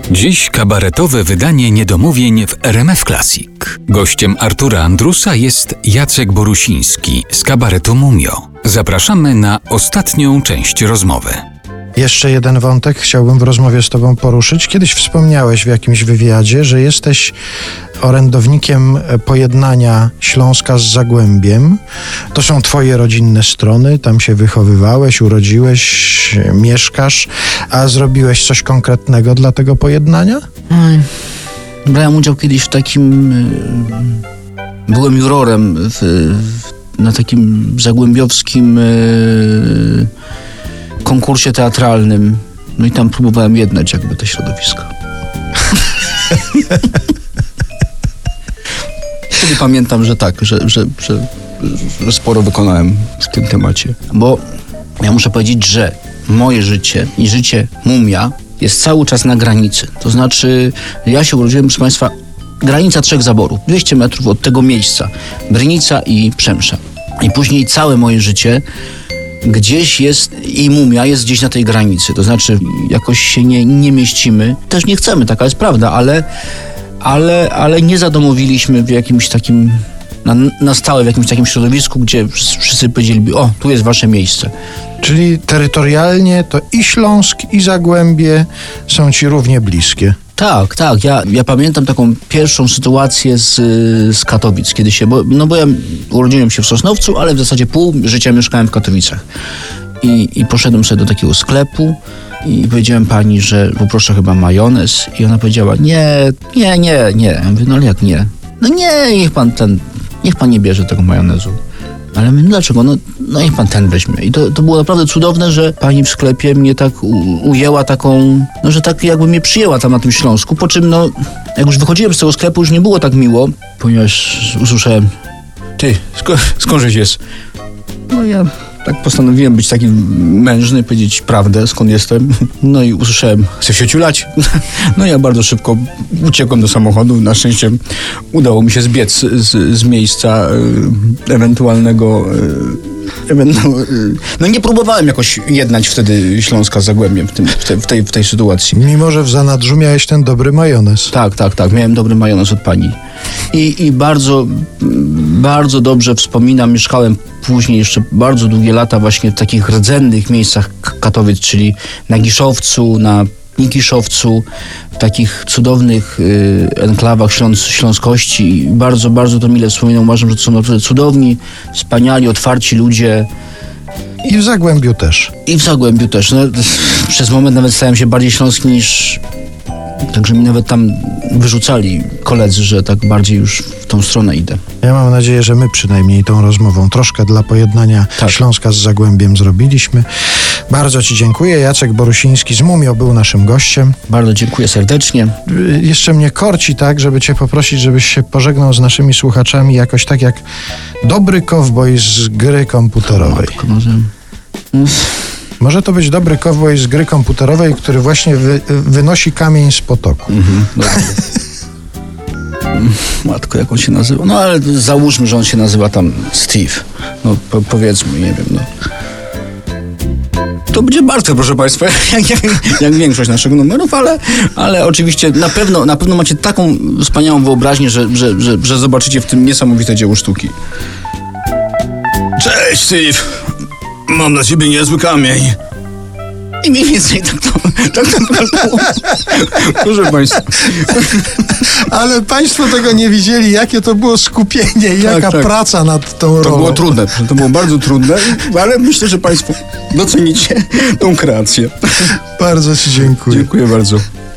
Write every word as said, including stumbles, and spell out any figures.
Dziś kabaretowe wydanie Niedomówień w R M F Classic. Gościem Artura Andrusa jest Jacek Borusiński z kabaretu Mumio. Zapraszamy na ostatnią część rozmowy. Jeszcze jeden wątek chciałbym w rozmowie z tobą poruszyć. Kiedyś wspomniałeś w jakimś wywiadzie, że jesteś orędownikiem pojednania Śląska z Zagłębiem. To są twoje rodzinne strony, tam się wychowywałeś, urodziłeś, mieszkasz, a zrobiłeś coś konkretnego dla tego pojednania? Hmm. Brałem udział kiedyś w takim... Byłem jurorem w, w, na takim zagłębiowskim konkursie teatralnym. No i tam próbowałem jednać jakby te środowiska. Wtedy pamiętam, że tak, że, że, że, że sporo wykonałem w tym temacie. Bo ja muszę powiedzieć, że moje życie i życie Mumia jest cały czas na granicy. To znaczy, ja się urodziłem, proszę Państwa, granica trzech zaborów. dwieście metrów od tego miejsca. Brynica i Przemsza. I później całe moje życie gdzieś jest i Mumia jest gdzieś na tej granicy. To znaczy, jakoś się nie, nie mieścimy. Też nie chcemy, taka jest prawda, ale, ale, ale nie zadomowiliśmy w jakimś takim, na, na stałe w jakimś takim środowisku, gdzie wszyscy powiedzieliby, o, tu jest wasze miejsce. Czyli terytorialnie to i Śląsk, i Zagłębie są ci równie bliskie. Tak, tak. Ja, ja pamiętam taką pierwszą sytuację z, z Katowic, kiedy się, bo, no bo ja urodziłem się w Sosnowcu, ale w zasadzie pół życia mieszkałem w Katowicach. I, i poszedłem sobie do takiego sklepu i powiedziałem pani, że poproszę chyba majonez. I ona powiedziała, nie, nie, nie, nie. Ja mówię, no ale jak nie? No nie, niech pan ten, niech pan nie bierze tego majonezu. Ale my, no dlaczego? No, no niech pan ten weźmie. I to, to było naprawdę cudowne, że pani w sklepie mnie tak u, ujęła taką, no że tak jakby mnie przyjęła tam na tym Śląsku, po czym no, jak już wychodziłem z tego sklepu, już nie było tak miło, ponieważ usłyszałem, ty, sko- skądżeś jest? No ja tak postanowiłem być taki mężny, powiedzieć prawdę, skąd jestem. No i usłyszałem, chcę się ciulać? No ja bardzo szybko uciekłem do samochodu. Na szczęście udało mi się zbiec z, z miejsca e, ewentualnego... E, ewentu- no nie próbowałem jakoś jednać wtedy Śląska z Zagłębiem w, tym, w, te, w, tej, w tej sytuacji. Mimo że w zanadrzu miałeś ten dobry majonez. Tak, tak, tak. Miałem dobry majonez od pani. I, i bardzo, bardzo dobrze wspominam. Mieszkałem później jeszcze bardzo długie lata właśnie w takich rdzennych miejscach Katowic, czyli na Giszowcu, na Nikiszowcu, w takich cudownych y, enklawach śląs- śląskości. I bardzo, bardzo to mile wspominam. Uważam, że to są naprawdę cudowni, wspaniali, otwarci ludzie. I w Zagłębiu też. I w Zagłębiu też. No, przez moment nawet stałem się bardziej śląski niż... Także mi nawet tam wyrzucali koledzy, że tak bardziej już w tą stronę idę. Ja mam nadzieję, że my przynajmniej tą rozmową troszkę dla pojednania tak. Śląska z Zagłębiem zrobiliśmy. Bardzo ci dziękuję. Jacek Borusiński z Mumio był naszym gościem. Bardzo dziękuję serdecznie. Jeszcze mnie korci tak, żeby cię poprosić, żebyś się pożegnał z naszymi słuchaczami jakoś tak jak dobry kowboj z gry komputerowej. Matko, może... Może to być dobry kowboj z gry komputerowej, który właśnie wy, wynosi kamień z potoku. Mhm, Matko, jak on się nazywa? No ale załóżmy, że on się nazywa tam Steve. No po, powiedzmy, nie wiem, no. To będzie Bartek, proszę Państwa, jak, jak, jak większość naszych numerów, ale, ale oczywiście na pewno, na pewno macie taką wspaniałą wyobraźnię, że, że, że, że zobaczycie w tym niesamowite dzieło sztuki. Cześć, Steve! Mam dla ciebie niezły kamień. I mniej więcej tak to, tak to wyglądało. Proszę Państwa. Ale Państwo tego nie widzieli, jakie to było skupienie i jaka tak, tak. praca nad tą rolą. To było trudne, to było bardzo trudne, ale myślę, że Państwo docenicie tą kreację. Bardzo ci dziękuję. Dziękuję bardzo.